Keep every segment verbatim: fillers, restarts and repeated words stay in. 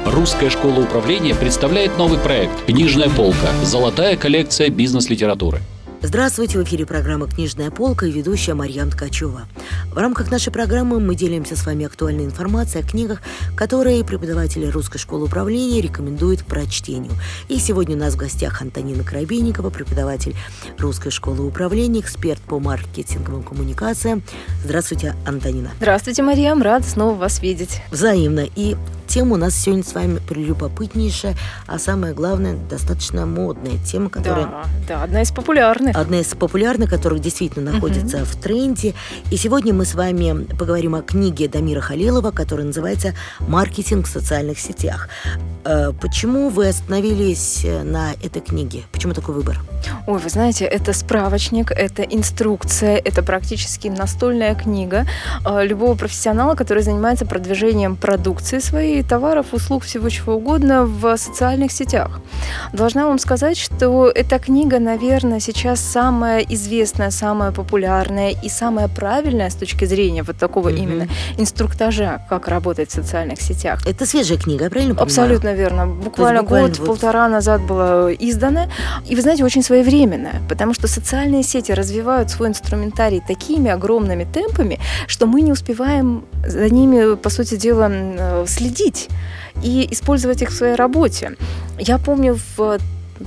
Русская школа управления представляет новый проект «Книжная полка. Золотая коллекция бизнес-литературы». Здравствуйте, в эфире программа «Книжная полка» и ведущая Марьям Ткачева. В рамках нашей программы мы делимся с вами актуальной информацией о книгах, которые преподаватели Русской школы управления рекомендуют к прочтению. И сегодня у нас в гостях Антонина Коробейникова, преподаватель Русской школы управления, эксперт по маркетинговым коммуникациям. Здравствуйте, Антонина. Здравствуйте, Марьям, рада снова вас видеть. Взаимно. И тема у нас сегодня с вами прелюбопытнейшая, а самое главное, достаточно модная тема, которая... Да, да, одна из популярных. Одна из популярных, которая действительно находится uh-huh. в тренде. И сегодня мы с вами поговорим о книге Дамира Халилова, которая называется «Маркетинг в социальных сетях». Почему вы остановились на этой книге? Почему такой выбор? Ой, вы знаете, это справочник, это инструкция, это практически настольная книга любого профессионала, который занимается продвижением продукции своей, товаров, услуг, всего чего угодно в социальных сетях. Должна вам сказать, что эта книга, наверное, сейчас самая известная, самая популярная и самая правильная с точки зрения вот такого mm-hmm. именно инструктажа, как работать в социальных сетях. Это свежая книга, я правильно понимаю? Абсолютно верно. Буквально, буквально год-полтора вот... назад была издана. И, вы знаете, очень своевременная, потому что социальные сети развивают свой инструментарий такими огромными темпами, что мы не успеваем за ними, по сути дела, следить и использовать их в своей работе. Я помню, в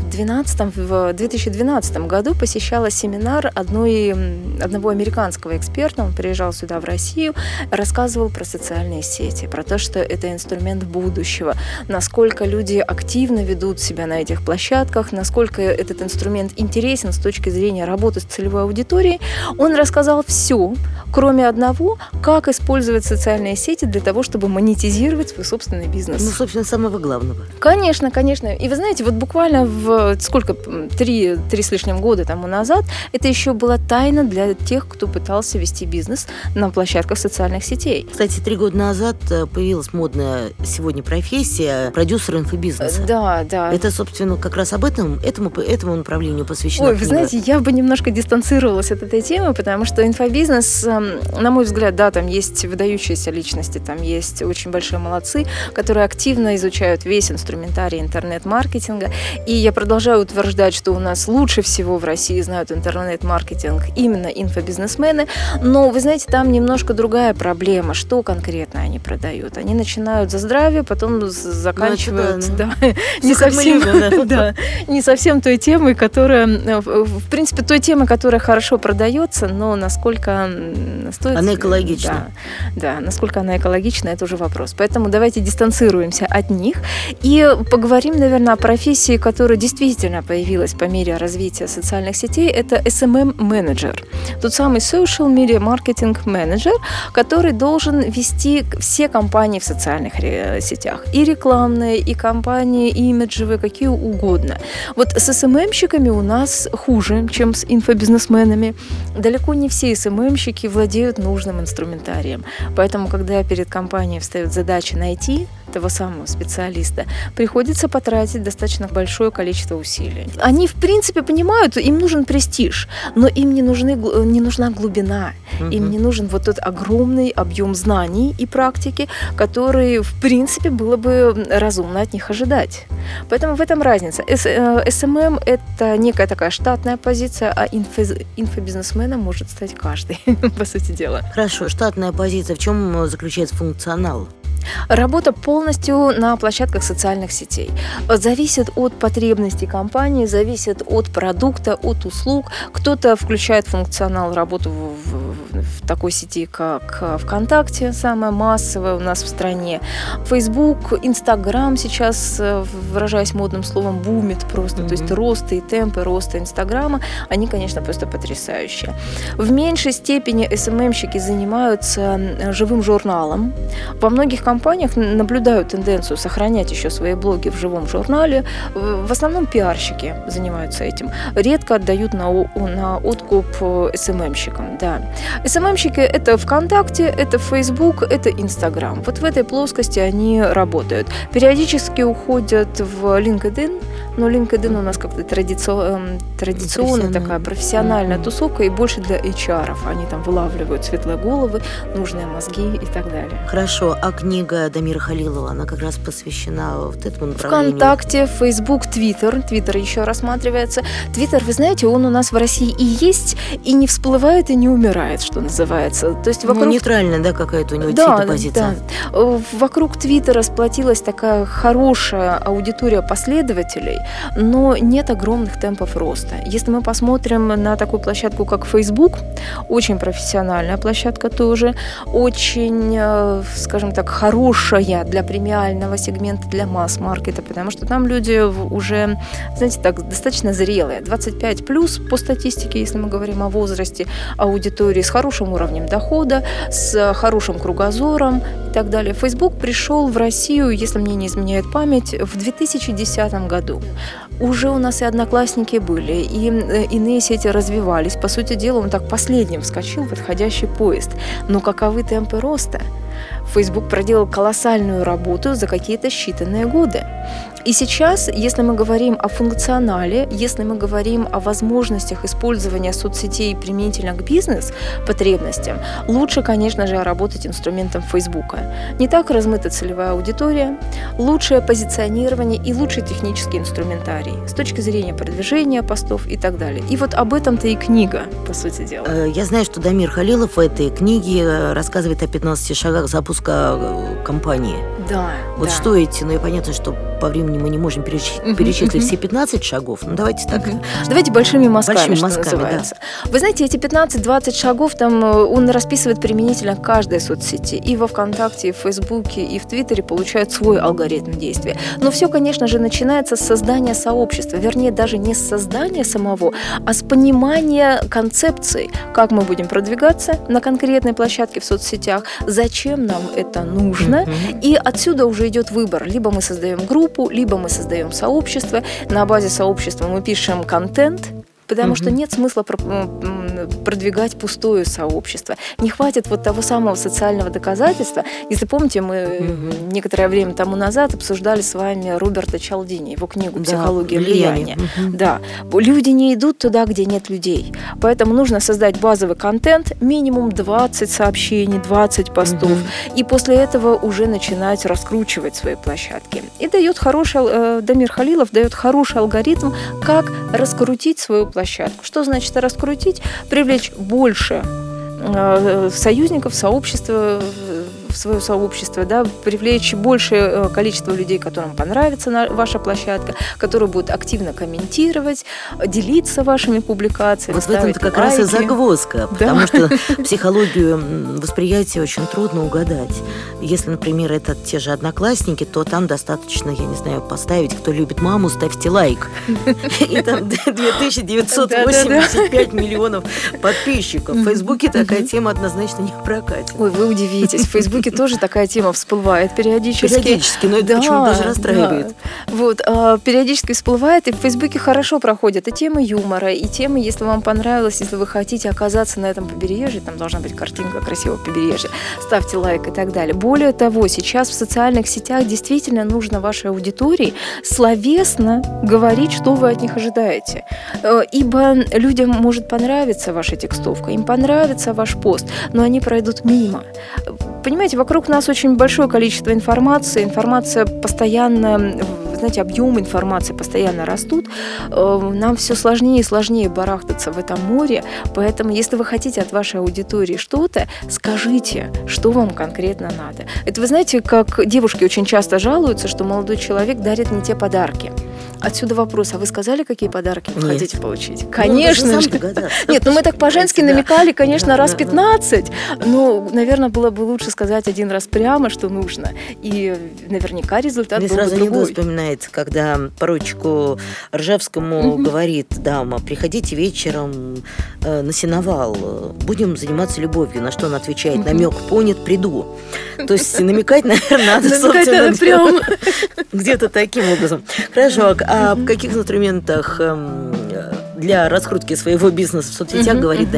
В две тысячи двенадцатом году посещала семинар одной, одного американского эксперта. Он приезжал сюда, в Россию, рассказывал про социальные сети, про то, что это инструмент будущего, насколько люди активно ведут себя на этих площадках, насколько этот инструмент интересен с точки зрения работы с целевой аудиторией. Он рассказал все, кроме одного, как использовать социальные сети для того, чтобы монетизировать свой собственный бизнес. Ну, собственно, самого главного. Конечно, конечно. И вы знаете, вот буквально в сколько, три, три с лишним года тому назад, это еще была тайна для тех, кто пытался вести бизнес на площадках социальных сетей. Кстати, три года назад появилась модная сегодня профессия продюсер инфобизнеса. Да, да. Это, собственно, как раз об этом, этому, этому направлению посвящена Ой, книга. Вы знаете, я бы немножко дистанцировалась от этой темы, потому что инфобизнес, на мой взгляд, да, там есть выдающиеся личности, там есть очень большие молодцы, которые активно изучают весь инструментарий интернет-маркетинга, и я продолжаю утверждать, что у нас лучше всего в России знают интернет-маркетинг именно инфобизнесмены, но, вы знаете, там немножко другая проблема. Что конкретно они продают? Они начинают за здравие, потом заканчивают ну, да, да, не, совсем, любим, да. да, не совсем той темой, которая, в принципе, той темой, которая хорошо продается, но насколько стоит... Она экологична. Да, да, насколько она экологична, это уже вопрос. Поэтому давайте дистанцируемся от них и поговорим, наверное, о профессии, которая действительно появилась по мере развития социальных сетей, это эс эм эм-менеджер. Тот самый Social Media Marketing Manager, который должен вести все компании в социальных сетях. И рекламные, и компании, и имиджевые, какие угодно. Вот с эс эм эм-щиками у нас хуже, чем с инфобизнесменами. Далеко не все эс эм эм-щики владеют нужным инструментарием. Поэтому, когда перед компанией встает задача найти того самого специалиста, приходится потратить достаточно большое количество усилий. Они, в принципе, понимают, им нужен престиж, но им не, нужны, не нужна глубина, uh-huh. им не нужен вот тот огромный объем знаний и практики, который, в принципе, было бы разумно от них ожидать. Поэтому в этом разница. эс эм эм – это некая такая штатная позиция, а инфо- инфобизнесменом может стать каждый, по сути дела. Хорошо, штатная позиция. В чем заключается функционал? Работа полностью на площадках социальных сетей. Зависит от потребностей компании, зависит от продукта, от услуг. Кто-то включает функционал работу в, в, в такой сети, как ВКонтакте, самая массовая у нас в стране. Facebook, Instagram сейчас, выражаясь модным словом, бумит просто. Mm-hmm. То есть росты и темпы роста Инстаграма, они, конечно, просто потрясающие. В меньшей степени эс эм эм-щики занимаются живым журналом. Во многих компаниях компаниях наблюдают тенденцию сохранять еще свои блоги в живом журнале. В основном пиарщики занимаются этим. Редко отдают на, на откуп эс эм эм-щикам. Да. эс эм эм-щики – это ВКонтакте, это Facebook, это Instagram. Вот в этой плоскости они работают. Периодически уходят в LinkedIn, но LinkedIn у нас как-то традиционно традиционная такая профессиональная mm-hmm. тусовка и больше для эйч ар-ов. Они там вылавливают светлые головы, нужные мозги и так далее. Хорошо, а книга Дамира Халилова, она как раз посвящена вот этому направлению? ВКонтакте, Фейсбук, Твиттер. Твиттер еще рассматривается. Твиттер, вы знаете, он у нас в России и есть, и не всплывает, и не умирает, что называется. То есть вокруг... Ну, нейтральная, да, какая-то у него да, позиция. Да. Вокруг Твиттера сплотилась такая хорошая аудитория последователей, но нет огромных темпов роста. Если мы посмотрим на такую площадку, как Facebook, очень профессиональная площадка тоже, очень, скажем так, хорошая для премиального сегмента, для масс-маркета, потому что там люди уже, знаете, так, достаточно зрелые, двадцать пять плюс по статистике, если мы говорим о возрасте аудитории, с хорошим уровнем дохода, с хорошим кругозором и так далее. Facebook пришел в Россию, если мне не изменяет память, в две тысячи десятом году. Уже у нас и одноклассники были, и иные сети развивались. По сути дела, он так последним вскочил в отходящий поезд. Но каковы темпы роста? Facebook проделал колоссальную работу за какие-то считанные годы. И сейчас, если мы говорим о функционале, если мы говорим о возможностях использования соцсетей применительно к бизнес-потребностям, лучше, конечно же, работать инструментом Фейсбука. Не так размыта целевая аудитория, лучшее позиционирование и лучший технический инструментарий с точки зрения продвижения постов и так далее. И вот об этом-то и книга, по сути дела. Я знаю, что Дамир Халилов в этой книге рассказывает о пятнадцати шагах запуска компании. Да. Вот да. что эти, ну и понятно, что по времени мы не можем перечислить, uh-huh, перечислить uh-huh. все пятнадцать шагов, ну давайте так. Uh-huh. Давайте большими мазками, большими что мазками, называется. Да. Вы знаете, эти пятнадцать-двадцать шагов, там он расписывает применительно к каждой соцсети. И во ВКонтакте, и в Фейсбуке, и в Твиттере получают свой алгоритм действия. Но все, конечно же, начинается с создания сообщества. Вернее, даже не с создания самого, а с понимания концепции, как мы будем продвигаться на конкретной площадке в соцсетях, зачем нам это нужно. Uh-huh. И отсюда уже идет выбор. Либо мы создаем группу, либо мы создаем сообщество. На базе сообщества мы пишем контент, потому mm-hmm. что нет смысла продвигать пустое сообщество. Не хватит вот того самого социального доказательства. Если помните, мы mm-hmm. некоторое время тому назад обсуждали с вами Роберта Чалдини, его книгу «Психология да, влияния». Mm-hmm. Да. Люди не идут туда, где нет людей. Поэтому нужно создать базовый контент, минимум двадцать сообщений, двадцать постов, mm-hmm. и после этого уже начинать раскручивать свои площадки. И дает хороший, э, Дамир Халилов дает хороший алгоритм, как раскрутить свою площадку. площадку. Что значит раскрутить? Привлечь больше э, союзников, сообщества, в свое сообщество, да, привлечь большее количество людей, которым понравится ваша площадка, которые будут активно комментировать, делиться вашими публикациями. Вот в этом-то как лайки. раз и загвоздка, да? Потому что психологию восприятия очень трудно угадать. Если, например, это те же одноклассники, то там достаточно, я не знаю, поставить, кто любит маму, ставьте лайк. И там две тысячи девятьсот восемьдесят пять миллионов подписчиков. В Фейсбуке такая тема однозначно не прокатит. Ой, вы удивитесь, в Фейсбуке тоже такая тема всплывает периодически. Периодически, но это да, почему-то даже расстраивает. Да. Вот, а, периодически всплывает, и в Фейсбуке хорошо проходят и темы юмора, и темы, если вам понравилось, если вы хотите оказаться на этом побережье, там должна быть картинка красивого побережья, ставьте лайк и так далее. Более того, сейчас в социальных сетях действительно нужно вашей аудитории словесно говорить, что вы от них ожидаете. Ибо людям может понравиться ваша текстовка, им понравится ваш пост, но они пройдут мимо. Понимаете, вокруг нас очень большое количество информации, информация постоянно, знаете, объем информации постоянно растут, нам все сложнее и сложнее барахтаться в этом море, поэтому если вы хотите от вашей аудитории что-то, скажите, что вам конкретно надо. Это вы знаете, как девушки очень часто жалуются, что молодой человек дарит не те подарки. Отсюда вопрос, а вы сказали, какие подарки вы Нет. хотите получить? Конечно ну, же. Нет, ну мы так по-женски намекали, конечно, да, раз да, пятнадцать, но, наверное, было бы лучше сказать один раз прямо, что нужно, и наверняка результат Мне был бы сразу другой. анекдот вспоминается, когда поручику Ржевскому угу. говорит дама: приходите вечером э, на сеновал, будем заниматься любовью. На что он отвечает: намек понят, приду. То есть намекать, наверное, надо, собственно, прям. где-то таким образом. Хорошо, а в каких инструментах для раскрутки своего бизнеса в соцсетях говорит Дамир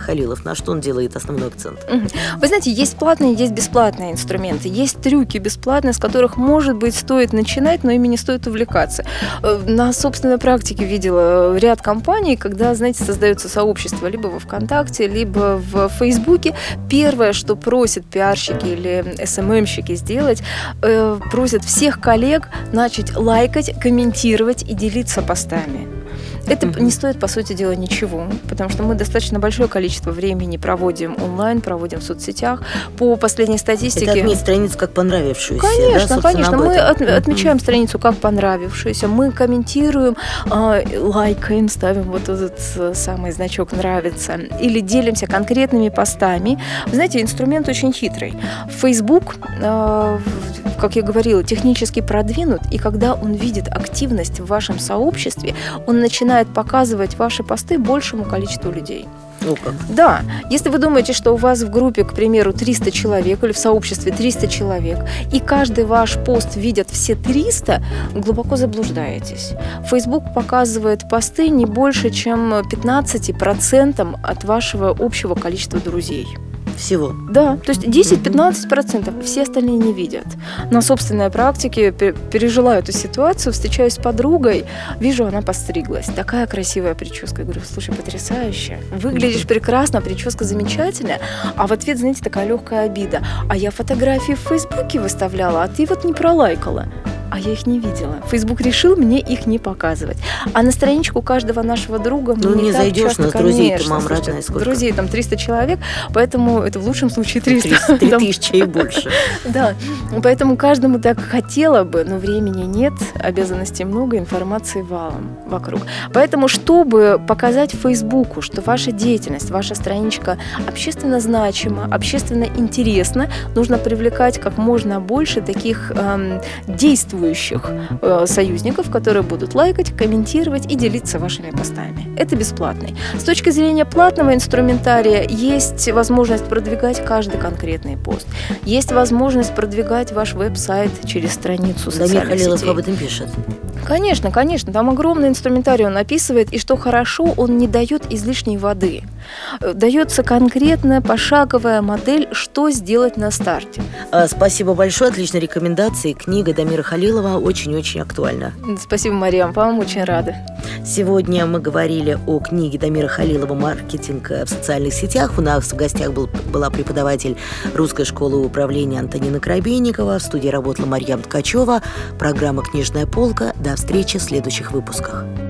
Халилов, на что он делает основной акцент? Вы знаете, есть платные, есть бесплатные инструменты, есть трюки бесплатные, с которых, может быть, стоит начинать, но ими не стоит увлекаться. На собственной практике видела ряд компаний, когда, знаете, создается сообщество либо во ВКонтакте, либо в Фейсбуке. Первое, что просят пиарщики или эс эм эм-щики сделать, э, просят всех коллег начать лайкать, комментировать и делиться постами. Это mm-hmm. не стоит, по сути дела, ничего, потому что мы достаточно большое количество времени проводим онлайн, проводим в соцсетях. По последней статистике... Это отметить страницу как понравившуюся. Конечно, да, конечно. Мы от, mm-hmm. отмечаем страницу как понравившуюся, мы комментируем, э, лайкаем, ставим вот этот самый значок «нравится» или делимся конкретными постами. Вы знаете, инструмент очень хитрый. Facebook, э, как я говорила, технически продвинут, и когда он видит активность в вашем сообществе, он начинает показывать ваши посты большему количеству людей. Ну как? Да. Если вы думаете, что у вас в группе, к примеру, триста человек или в сообществе триста человек, и каждый ваш пост видят все триста, глубоко заблуждаетесь. Facebook показывает посты не больше, чем пятнадцать процентов от вашего общего количества друзей. Всего? Да, то есть десять-пятнадцать процентов, все остальные не видят. На собственной практике пережила эту ситуацию, встречаюсь с подругой, вижу, она постриглась. Такая красивая прическа. Я говорю, слушай, потрясающе. Выглядишь прекрасно, прическа замечательная. А в ответ, знаете, такая легкая обида. А я фотографии в Фейсбуке выставляла, а ты вот не пролайкала. А я их не видела. Facebook решил мне их не показывать. А на страничку каждого нашего друга ну, не, не так зайдешь, часто, на друзей, конечно, мам слушайте, родная, сколько? Друзей там триста человек, поэтому это в лучшем случае триста. три тысячи и больше. Да, поэтому каждому так хотела бы, но времени нет, обязанностей много, информации валом вокруг. Поэтому, чтобы показать Фейсбуку, что ваша деятельность, ваша страничка общественно значима, общественно интересна, нужно привлекать как можно больше таких эм, действующих э, союзников, которые будут лайкать, комментировать и делиться вашими постами. Это бесплатный. С точки зрения платного инструментария есть возможность продвигать каждый конкретный пост. Есть возможность продвигать ваш веб-сайт через страницу социальных Дамир Халилов сетей. об этом пишет. Конечно, конечно. Там огромный инструментарий он описывает, и что хорошо, он не дает излишней воды. Дается конкретная пошаговая модель, что сделать на старте. Спасибо большое, отличные рекомендации. Книга Дамира Халилова очень-очень актуальна. Спасибо, Мариам, вам очень рада. Сегодня мы говорили о книге Дамира Халилова «Маркетинг в социальных сетях». У нас в гостях был, была преподаватель Русской школы управления Антонина Коробейникова. В студии работала Марьям Ткачева. Программа «Книжная полка». До встречи в следующих выпусках.